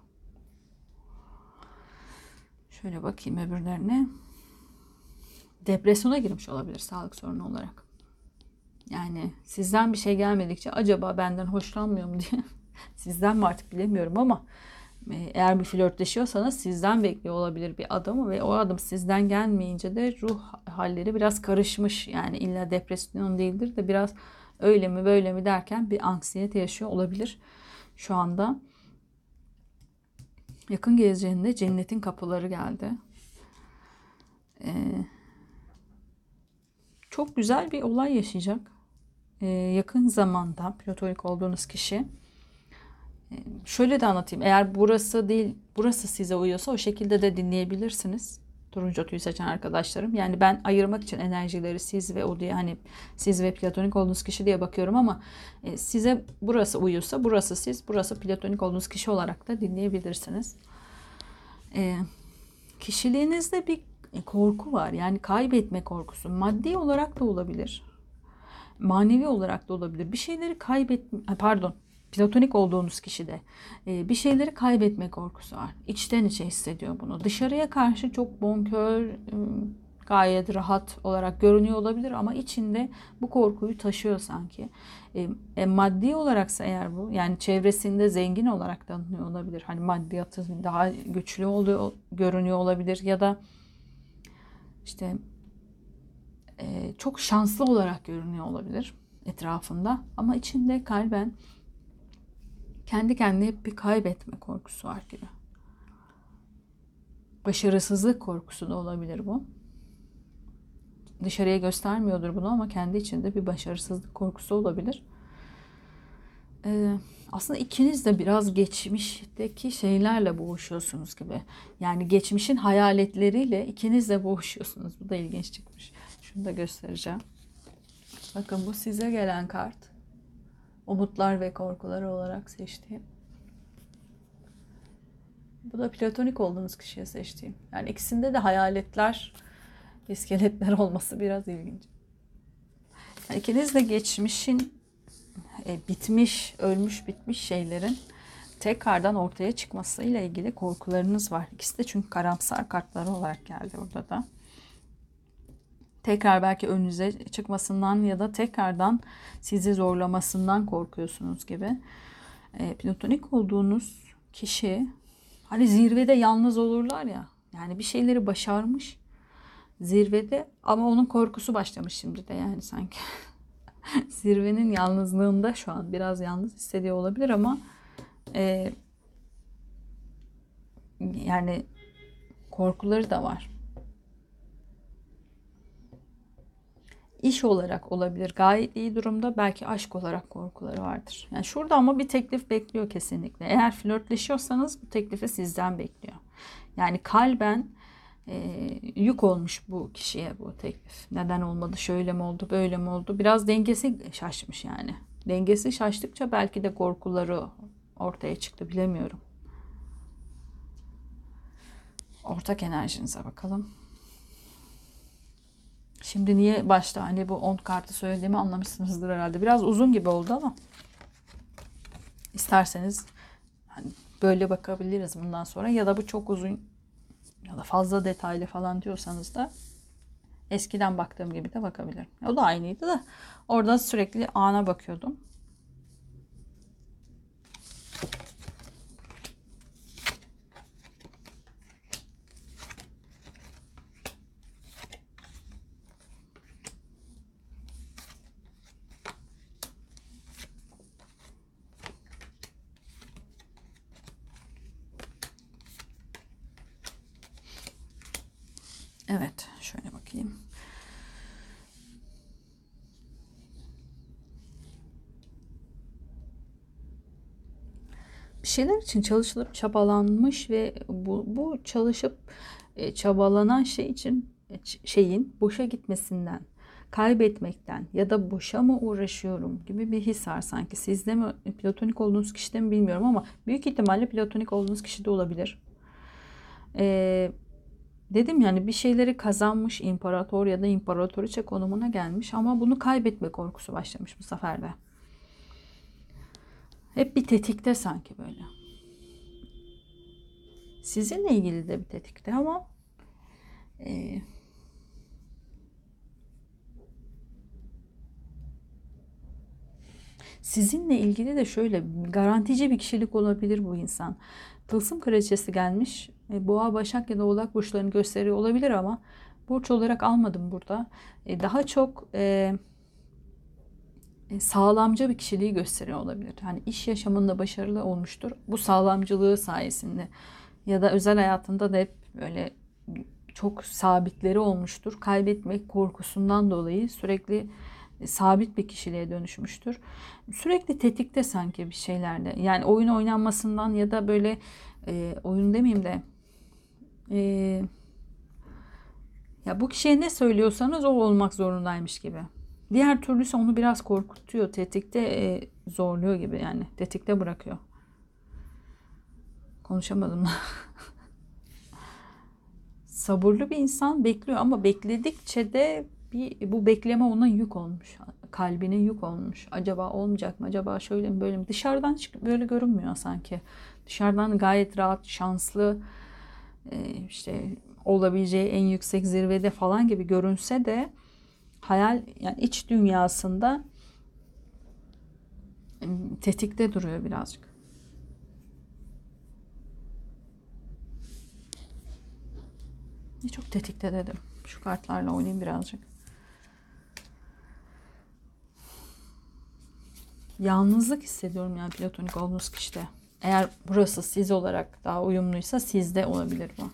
Şöyle bakayım öbürlerine. Depresyona girmiş olabilir sağlık sorunu olarak. Yani sizden bir şey gelmedikçe acaba benden hoşlanmıyor mu diye. Sizden mi artık bilemiyorum ama eğer bir flörtleşiyorsanız sizden bekliyor olabilir bir adamı ve o adım sizden gelmeyince de ruh halleri biraz karışmış. Yani illa depresyon değildir de biraz öyle mi böyle mi derken bir anksiyete yaşıyor olabilir şu anda. Yakın geleceğinde cennetin kapıları geldi. Çok güzel bir olay yaşayacak. Yakın zamanda platonik olduğunuz kişi. Şöyle de anlatayım. Eğer burası değil, burası size uyuyorsa o şekilde de dinleyebilirsiniz. Turuncu otuyu seçen arkadaşlarım. Yani ben ayırmak için enerjileri siz ve o diye hani siz ve platonik olduğunuz kişi diye bakıyorum ama size burası uyuyorsa burası siz, burası platonik olduğunuz kişi olarak da dinleyebilirsiniz. Kişiliğinizde bir korku var. Yani kaybetme korkusu. Maddi olarak da olabilir. Manevi olarak da olabilir. Bir şeyleri platonik olduğunuz kişide bir şeyleri kaybetme korkusu var. İçten içe hissediyor bunu. Dışarıya karşı çok bonkör, gayet rahat olarak görünüyor olabilir ama içinde bu korkuyu taşıyor sanki. Maddi olaraksa eğer bu, yani çevresinde zengin olarak tanınıyor olabilir. Hani maddiyatı daha güçlü oluyor, görünüyor olabilir ya da işte çok şanslı olarak görünüyor olabilir etrafında ama içinde kalben kendi kendine hep bir kaybetme korkusu var gibi. Başarısızlık korkusu da olabilir bu. Dışarıya göstermiyordur bunu ama kendi içinde bir başarısızlık korkusu olabilir. Aslında ikiniz de biraz geçmişteki şeylerle boğuşuyorsunuz gibi. Yani geçmişin hayaletleriyle ikiniz de boğuşuyorsunuz. Bu da ilginç çıkmış. Şunu da göstereceğim. Bakın bu size gelen kart. Umutlar ve korkuları olarak seçtiğim. Bu da platonik olduğunuz kişiye seçtiğim. Yani ikisinde de hayaletler, iskeletler olması biraz ilginç. Yani ikiniz de geçmişin bitmiş, ölmüş, bitmiş şeylerin tekrardan ortaya çıkmasıyla ilgili korkularınız var. İkisi de çünkü karamsar kartları olarak geldi orada da. Tekrar belki önünüze çıkmasından ya da tekrardan sizi zorlamasından korkuyorsunuz gibi. Platonik olduğunuz kişi hani zirvede yalnız olurlar ya. Yani bir şeyleri başarmış zirvede ama onun korkusu başlamış şimdi de yani sanki. Zirvenin yalnızlığında şu an biraz yalnız hissediyor olabilir ama yani korkuları da var. İş olarak olabilir. Gayet iyi durumda. Belki aşk olarak korkuları vardır. Yani şurada ama bir teklif bekliyor kesinlikle. Eğer flörtleşiyorsanız bu teklifi sizden bekliyor. Yani kalben yük olmuş bu kişiye bu teklif. Neden olmadı? Şöyle mi oldu? Böyle mi oldu? Biraz dengesi şaşmış yani. Dengesi şaştıkça belki de korkuları ortaya çıktı. Bilemiyorum. Ortak enerjinize bakalım. Şimdi niye başta hani bu 10 kartı söylediğimi anlamışsınızdır herhalde. Biraz uzun gibi oldu ama isterseniz hani böyle bakabiliriz bundan sonra ya da bu çok uzun ya da fazla detaylı falan diyorsanız da eskiden baktığım gibi de bakabilirim. O da aynıydı da orada sürekli ana bakıyordum. Evet, şöyle bakayım. Bir şeyler için çalışılıp çabalanmış ve bu çalışıp çabalanan şey için şeyin boşa gitmesinden kaybetmekten ya da boşa mı uğraşıyorum gibi bir his var sanki. Sizde mi, platonik olduğunuz kişide mi bilmiyorum ama büyük ihtimalle platonik olduğunuz kişi de olabilir. Dedim yani bir şeyleri kazanmış, imparator ya da imparatoriçe konumuna gelmiş ama bunu kaybetme korkusu başlamış bu sefer de. Hep bir tetikte sanki böyle. Sizinle ilgili de bir tetikte ama sizinle ilgili de şöyle garantici bir kişilik olabilir bu insan. Tılsım kraliçesi gelmiş. Boğa, Başak ya da Oğlak burçlarını gösteriyor olabilir ama burç olarak almadım burada. Daha çok sağlamcı bir kişiliği gösteriyor olabilir. Hani iş yaşamında başarılı olmuştur. Bu sağlamcılığı sayesinde ya da özel hayatında da hep böyle çok sabitleri olmuştur. Kaybetmek korkusundan dolayı sürekli sabit bir kişiliğe dönüşmüştür. Sürekli tetikte sanki bir şeylerde. Yani oyun oynanmasından ya da böyle oyun demeyeyim de ya bu kişiye ne söylüyorsanız o olmak zorundaymış gibi. Diğer türlüsü onu biraz korkutuyor. Tetikte zorluyor gibi yani. Tetikte bırakıyor. Konuşamadım. Sabırlı bir insan bekliyor ama bekledikçe de bu bekleme ona yük olmuş. Kalbine yük olmuş. Acaba olmayacak mı? Acaba şöyle mi böyle mi? Dışarıdan böyle görünmüyor sanki. Dışarıdan gayet rahat, şanslı, işte olabileceği en yüksek zirvede falan gibi görünse de hayal yani iç dünyasında tetikte duruyor birazcık. Ne çok tetikte dedim. Şu kartlarla oynayayım birazcık. Yalnızlık hissediyorum yani platonik olduğunuz kişide. Eğer burası siz olarak daha uyumluysa sizde olabilir bu.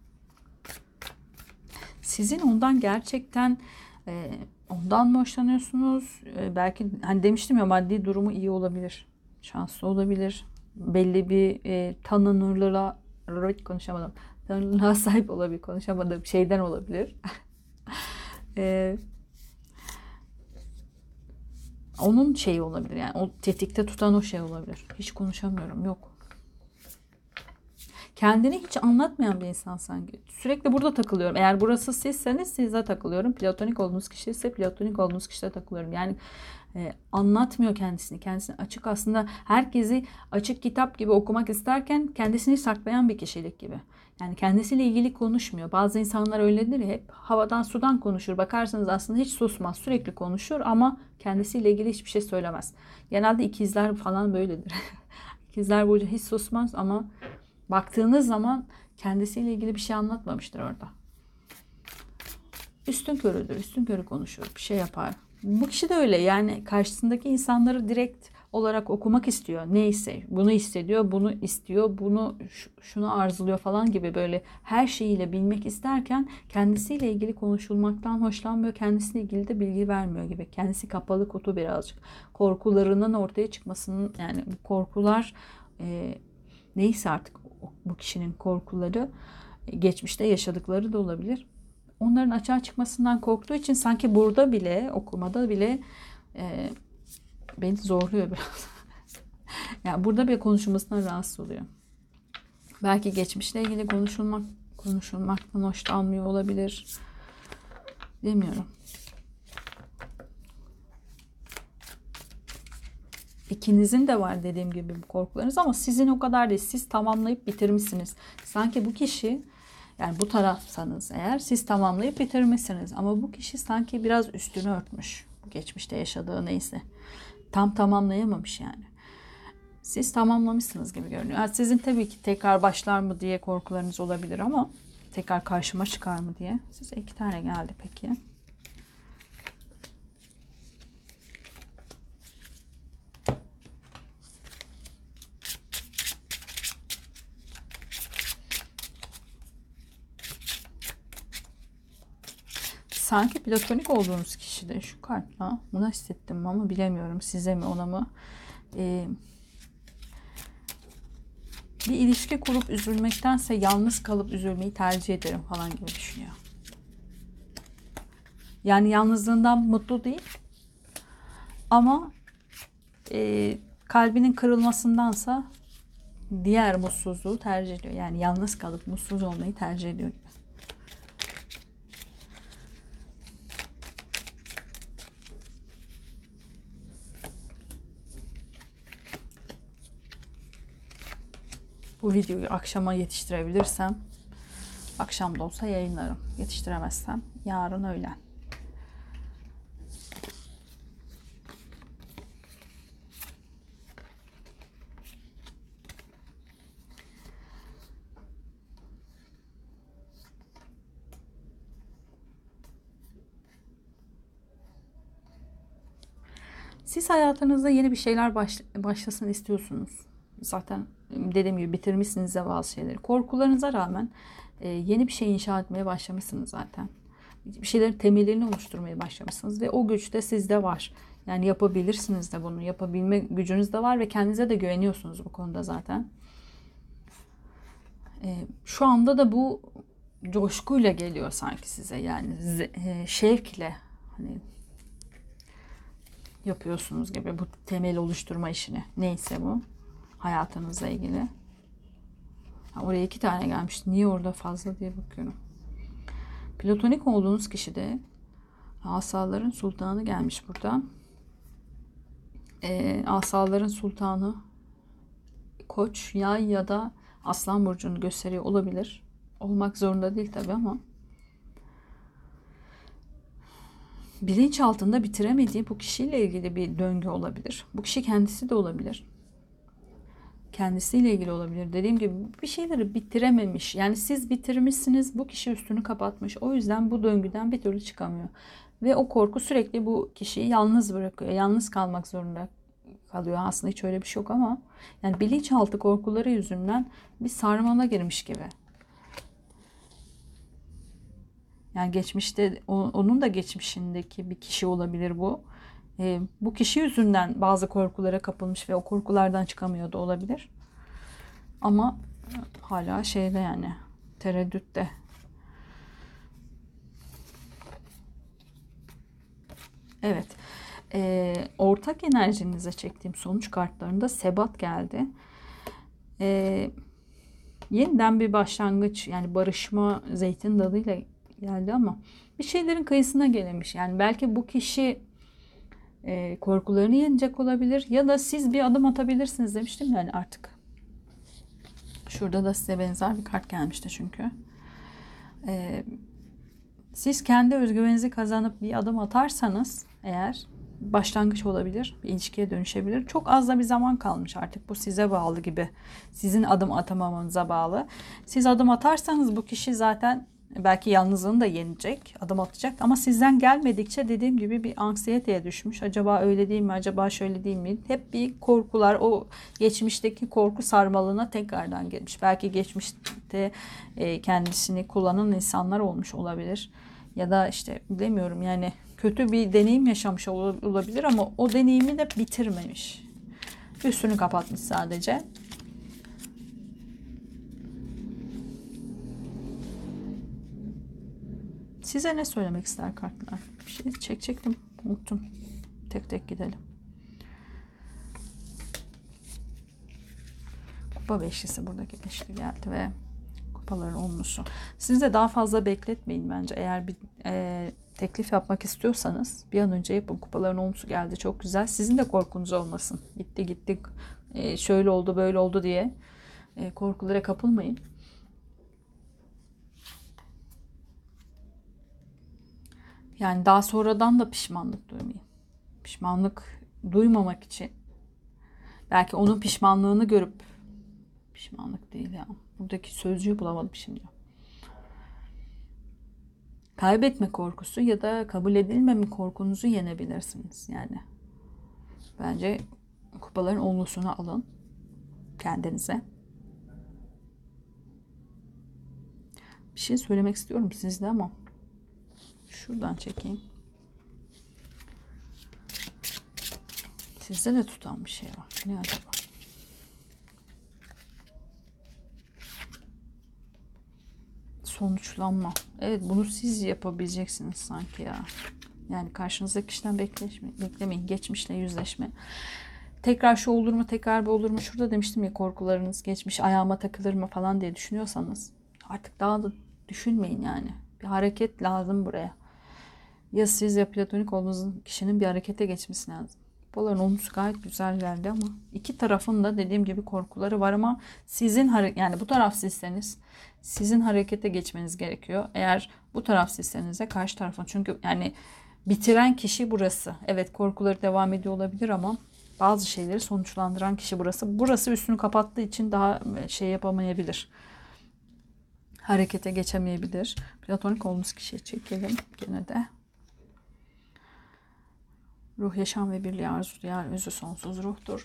Sizin ondan gerçekten ondan mı hoşlanıyorsunuz? Belki hani demiştim ya maddi durumu iyi olabilir. Şanslı olabilir. Belli bir tanınırlığa konuşamadım. Tanınırlığa sahip olabilir. Konuşamadığım şeyden olabilir. Onun şeyi olabilir yani o tetikte tutan o şey olabilir. Hiç konuşamıyorum yok. Kendini hiç anlatmayan bir insan sanki. Sürekli burada takılıyorum. Eğer burası sizseniz sizde takılıyorum. Platonik olduğunuz kişi ise platonik olduğunuz kişide takılıyorum. Yani anlatmıyor kendisini. Kendisini açık aslında herkesi açık kitap gibi okumak isterken kendisini saklayan bir kişilik gibi. Yani kendisiyle ilgili konuşmuyor. Bazı insanlar öyledir ya hep havadan sudan konuşur. Bakarsanız aslında hiç susmaz. Sürekli konuşur ama kendisiyle ilgili hiçbir şey söylemez. Genelde ikizler falan böyledir. İkizler burcu hiç susmaz ama baktığınız zaman kendisiyle ilgili bir şey anlatmamıştır orada. Üstün körüdür, üstün körü konuşur, bir şey yapar. Bu kişi de öyle yani karşısındaki insanları direkt olarak okumak istiyor. Neyse bunu hissediyor, bunu istiyor, bunu şunu arzuluyor falan gibi böyle her şeyiyle bilmek isterken kendisiyle ilgili konuşulmaktan hoşlanmıyor. Kendisiyle ilgili de bilgi vermiyor gibi. Kendisi kapalı kutu birazcık. Korkularının ortaya çıkmasının yani bu korkular neyse artık bu kişinin korkuları geçmişte yaşadıkları da olabilir. Onların açığa çıkmasından korktuğu için sanki burada bile okumada bile beni zorluyor biraz. Yani burada bile konuşulmasına rahatsız oluyor. Belki geçmişle ilgili konuşulmaktan hoşlanmıyor olabilir. Bilmiyorum. İkinizin de var dediğim gibi bu korkularınız ama sizin o kadar değil. Siz tamamlayıp bitirmişsiniz. Sanki bu kişi yani bu tarafsanız eğer siz tamamlayıp bitirmişsiniz. Ama bu kişi sanki biraz üstünü örtmüş. Bu geçmişte yaşadığı neyse. Tam tamamlayamamış yani. Siz tamamlamışsınız gibi görünüyor. Yani sizin tabii ki tekrar başlar mı diye korkularınız olabilir ama tekrar karşıma çıkar mı diye. Size 2 tane geldi peki. Sanki platonik olduğunuz kişi de şu kartla buna hissettim ama bilemiyorum size mi ona mı bir ilişki kurup üzülmektense yalnız kalıp üzülmeyi tercih ederim falan gibi düşünüyor. Yani yalnızlığından mutlu değil ama kalbinin kırılmasındansa diğer mutsuzluğu tercih ediyor. Yani yalnız kalıp mutsuz olmayı tercih ediyor. Bu videoyu akşama yetiştirebilirsem akşam da olsa yayınlarım. Yetiştiremezsem yarın öğlen. Siz hayatınızda yeni bir şeyler başlasın istiyorsunuz. Zaten dediğim gibi bitirmişsiniz de bazı şeyleri. Korkularınıza rağmen yeni bir şey inşa etmeye başlamışsınız zaten. Bir şeylerin temellerini oluşturmaya başlamışsınız ve o güç de sizde var. Yani yapabilirsiniz de bunu. Yapabilme gücünüz de var ve kendinize de güveniyorsunuz bu konuda zaten. Şu anda da bu coşkuyla geliyor sanki size. Yani şevkle hani yapıyorsunuz gibi bu temel oluşturma işini. Neyse bu hayatınızla ilgili. Oraya 2 tane gelmiş. Niye orada fazla diye bakıyorum. Platonik olduğunuz kişi de asaların sultanı gelmiş burada. Asaların sultanı Koç, Yay ya da Aslan burcunu gösteriyor olabilir. Olmak zorunda değil tabii ama bilinç altında bitiremediği bu kişiyle ilgili bir döngü olabilir. Bu kişi kendisi de olabilir. Kendisiyle ilgili olabilir. Dediğim gibi bir şeyleri bitirememiş. Yani siz bitirmişsiniz, bu kişi üstünü kapatmış. O yüzden bu döngüden bir türlü çıkamıyor. Ve o korku sürekli bu kişiyi yalnız bırakıyor. Yalnız kalmak zorunda kalıyor. Aslında hiç öyle bir şey yok ama yani bilinçaltı korkuları yüzünden bir sarmala girmiş gibi. Yani geçmişte onun da geçmişindeki bir kişi olabilir bu. Bu kişi yüzünden bazı korkulara kapılmış ve o korkulardan çıkamıyor da olabilir. Ama hala şeyde yani tereddütte. Evet. Ortak enerjinize çektiğim sonuç kartlarında sebat geldi. Yeniden bir başlangıç yani barışma zeytin dalıyla geldi ama bir şeylerin kıyısına gelemiş. Yani belki bu kişi korkularını yenecek olabilir ya da siz bir adım atabilirsiniz demiştim yani artık. Şurada da size benzer bir kart gelmişti çünkü. Siz kendi özgüveninizi kazanıp bir adım atarsanız eğer başlangıç olabilir, bir ilişkiye dönüşebilir. Çok az da bir zaman kalmış artık. Bu size bağlı gibi. Sizin adım atamamanıza bağlı. Siz adım atarsanız bu kişi zaten belki yalnızlığını da yenecek, adım atacak. Ama sizden gelmedikçe dediğim gibi bir anksiyeteye düşmüş. Acaba öyle değil mi? Acaba şöyle değil mi? Hep bir korkular, o geçmişteki korku sarmalına tekrardan gelmiş. Belki geçmişte kendisini kullanan insanlar olmuş olabilir. Ya da işte bilemiyorum yani kötü bir deneyim yaşamış olabilir ama o deneyimi de bitirmemiş. Üstünü kapatmış sadece. Size ne söylemek ister kartlar? Bir şey çekecektim. Unuttum. Tek tek gidelim. Kupa beşlisi buradaki beşli geldi ve kupaların onlusu. Siz de daha fazla bekletmeyin bence. Eğer bir teklif yapmak istiyorsanız bir an önce yapın. Kupaların onlusu geldi. Çok güzel. Sizin de korkunuz olmasın. Gitti gittik şöyle oldu böyle oldu diye korkulara kapılmayın. Yani daha sonradan da pişmanlık duymayın. Pişmanlık duymamak için belki onun pişmanlığını görüp pişmanlık değil ya. Buradaki sözcüğü bulamadım şimdi. Kaybetme korkusu ya da kabul edilmeme korkunuzu yenebilirsiniz yani. Bence kupaların onlusunu alın kendinize. Bir şey söylemek istiyorum sizde ama şuradan çekeyim. Sizde de tutan bir şey var. Ne acaba? Sonuçlanma. Evet bunu siz yapabileceksiniz sanki ya. Yani karşınızdaki kişiden beklemeyin. Geçmişle yüzleşme. Tekrar şu olur mu, tekrar bu olur mu? Şurada demiştim ya, korkularınız, geçmiş ayağıma takılır mı falan diye düşünüyorsanız artık daha da düşünmeyin yani. Bir hareket lazım buraya. Ya siz ya platonik olduğunuz kişinin bir harekete geçmesi lazım. Kupaların olumsuz gayet güzel geldi ama iki tarafın da dediğim gibi korkuları var ama sizin yani bu taraf sizseniz sizin harekete geçmeniz gerekiyor. Eğer bu taraf sizseniz de karşı tarafın, çünkü yani bitiren kişi burası. Evet, korkuları devam ediyor olabilir ama bazı şeyleri sonuçlandıran kişi burası. Burası üstünü kapattığı için daha şey yapamayabilir. Harekete geçemeyebilir. Platonik olmuş kişiye çekelim gene de. Ruh, yaşam ve birliği arzu duyar, özü sonsuz ruhtur.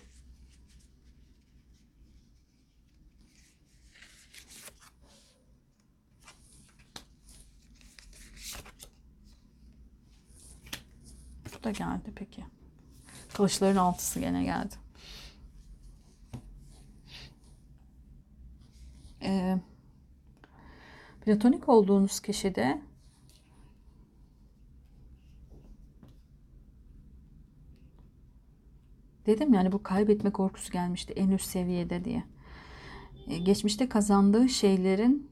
Bu da geldi peki. Kılıçların altısı gene geldi. Platonik olduğunuz kişide dedim yani bu kaybetme korkusu gelmişti en üst seviyede diye. Geçmişte kazandığı şeylerin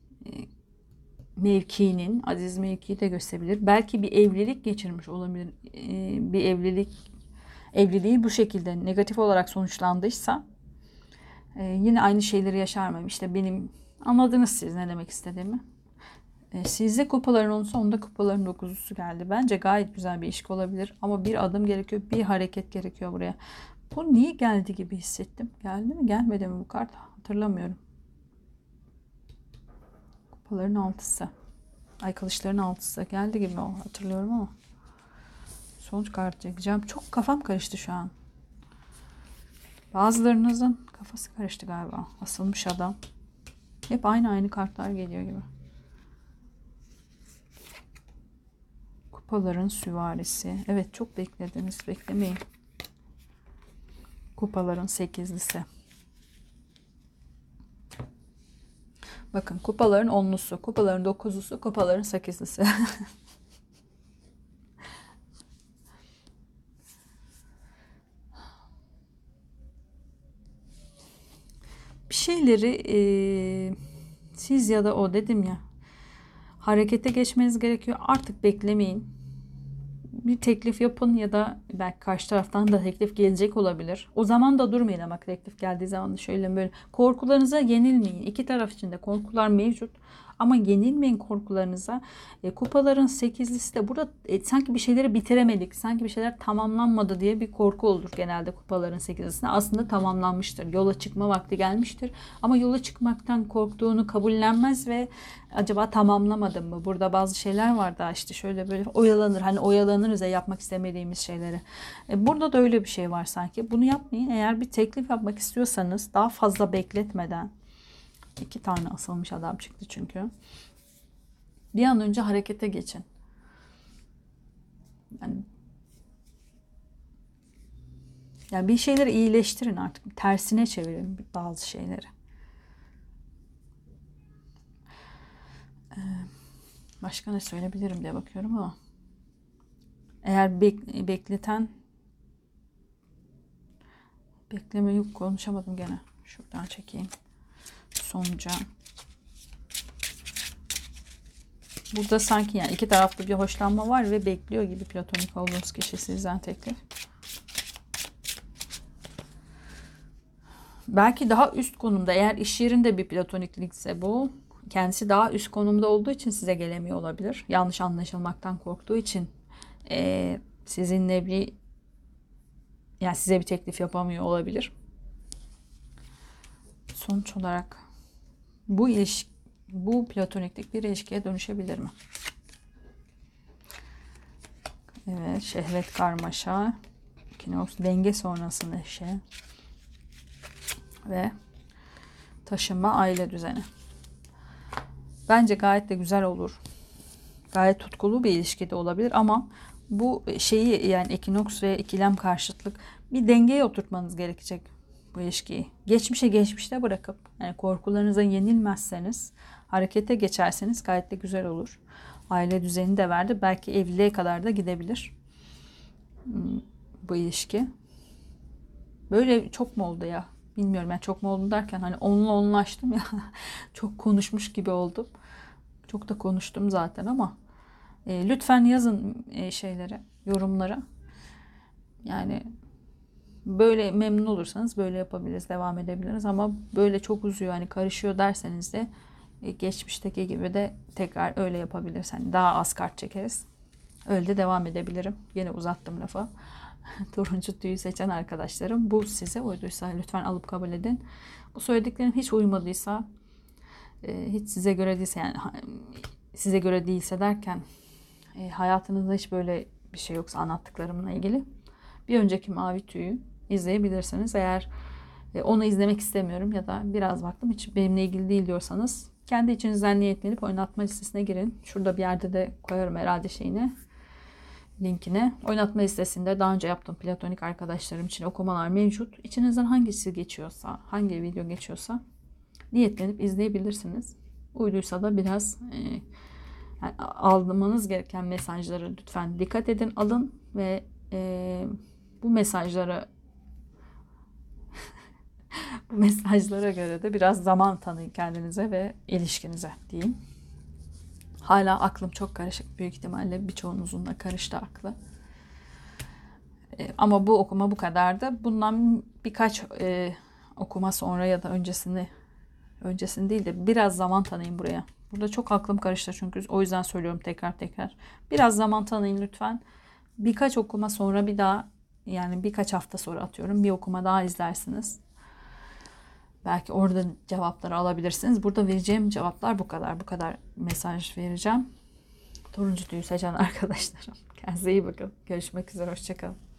mevkiinin, aziz mevkii de gösterebilir. Belki bir evlilik geçirmiş olabilir. Bir evliliği bu şekilde negatif olarak sonuçlandıysa yine aynı şeyleri yaşar mı? İşte benim, anladınız siz ne demek istediğimi. Sizde kupaların olursa onda kupaların dokuzusu geldi. Bence gayet güzel bir ilişki olabilir. Ama bir adım gerekiyor, bir hareket gerekiyor buraya. Bu niye geldi gibi hissettim. Geldi mi gelmedi mi bu kart? Hatırlamıyorum. Kupaların altısı. Ay, kılıçların altısı. Geldi gibi o, hatırlıyorum ama. Sonuç kartı çekeceğim. Çok kafam karıştı şu an. Bazılarınızın kafası karıştı galiba. Asılmış adam. Hep aynı kartlar geliyor gibi. Kupaların süvarisi. Evet, çok beklediniz. Beklemeyin. Kupaların sekizlisi. Bakın, kupaların onlusu, kupaların dokuzlusu, kupaların sekizlisi. Bir şeyleri siz ya da o, dedim ya, harekete geçmeniz gerekiyor. Artık beklemeyin. Bir teklif yapın ya da belki karşı taraftan da teklif gelecek olabilir. O zaman da durmayın ama teklif geldiği zaman da şöyle böyle. Korkularınıza yenilmeyin. İki taraf için de korkular mevcut. Ama yenilmeyin korkularınıza. Kupaların sekizlisi de burada sanki bir şeyleri bitiremedik, sanki bir şeyler tamamlanmadı diye bir korku olur genelde kupaların sekizlisinde. Aslında tamamlanmıştır. Yola çıkma vakti gelmiştir. Ama yola çıkmaktan korktuğunu kabullenmez ve acaba tamamlamadım mı? Burada bazı şeyler var da işte şöyle böyle oyalanır. Hani oyalanırız ya yapmak istemediğimiz şeyleri. Burada da öyle bir şey var sanki. Bunu yapmayın. Eğer bir teklif yapmak istiyorsanız daha fazla bekletmeden, iki tane asılmış adam çıktı çünkü. Bir an önce harekete geçin. Yani bir şeyleri iyileştirin artık. Tersine çevirin bazı şeyleri. Başka ne söyleyebilirim diye bakıyorum ama. Eğer bekleten, bekleme yok, konuşamadım gene. Şuradan çekeyim. Sonuca. Burada sanki yani iki taraflı bir hoşlanma var ve bekliyor gibi platonik olduğunuz kişi sizden teklif. Belki daha üst konumda, eğer iş yerinde bir platoniklikse bu, kendisi daha üst konumda olduğu için size gelemiyor olabilir. Yanlış anlaşılmaktan korktuğu için sizinle yani size bir teklif yapamıyor olabilir. Sonuç olarak bu platoniklik bir ilişkiye dönüşebilir mi? Evet, şehvet karmaşa, ikinoks denge sonrası neşe ve taşınma, aile düzeni. Bence gayet de güzel olur. Gayet tutkulu bir ilişki de olabilir ama bu şeyi, yani ekinoks ve ikilem karşıtlık, bir dengeye oturtmanız gerekecek bu ilişkiyi. Geçmişte bırakıp yani korkularınıza yenilmezseniz, harekete geçerseniz gayet de güzel olur. Aile düzenini de verdi. Belki evliliğe kadar da gidebilir bu ilişki. Böyle çok mu oldu ya? Bilmiyorum, yani çok mu oldu derken hani onlaştım ya. Çok konuşmuş gibi oldum. Çok da konuştum zaten ama lütfen yazın şeylere, yorumlara. Yani böyle memnun olursanız böyle yapabiliriz, devam edebiliriz ama böyle çok uzuyor, hani karışıyor derseniz de geçmişteki gibi de tekrar öyle yapabiliriz. Hani daha az kart çekeriz. Öyle de devam edebilirim. Yine uzattım lafı. Turuncu tüyü seçen arkadaşlarım, bu size uyduysa lütfen alıp kabul edin. Bu söylediklerim hiç uymadıysa, hiç size göre değilse, yani size göre değilse derken hayatınızda hiç böyle bir şey yoksa anlattıklarımla ilgili, bir önceki mavi tüyü izleyebilirsiniz. Eğer onu izlemek istemiyorum ya da biraz baktım hiç benimle ilgili değil diyorsanız, kendi içinizden niyetlenip oynatma listesine girin. Şurada bir yerde de koyarım herhalde şeyini, linkine. Oynatma listesinde daha önce yaptığım platonik arkadaşlarım için okumalar mevcut. İçinizden hangisi geçiyorsa, hangi video geçiyorsa niyetlenip izleyebilirsiniz. Uyduysa da biraz yani almanız gereken mesajları lütfen dikkat edin, alın ve bu mesajlara bu mesajlara göre de biraz zaman tanıyın kendinize ve ilişkinize diyeyim. Hala aklım çok karışık. Büyük ihtimalle birçoğunuzun da karıştı aklı. Ama bu okuma bu kadardı. Bundan birkaç okuma sonra ya da öncesini değil de biraz zaman tanıyın buraya. Burada çok aklım karıştı çünkü, o yüzden söylüyorum tekrar tekrar. Biraz zaman tanıyın lütfen. Birkaç okuma sonra bir daha, yani birkaç hafta sonra atıyorum, bir okuma daha izlersiniz. Belki orada cevapları alabilirsiniz. Burada vereceğim cevaplar bu kadar. Bu kadar mesaj vereceğim. Turuncu tüyü seçen arkadaşlarım. Kendinize iyi bakın. Görüşmek üzere. Hoşçakalın.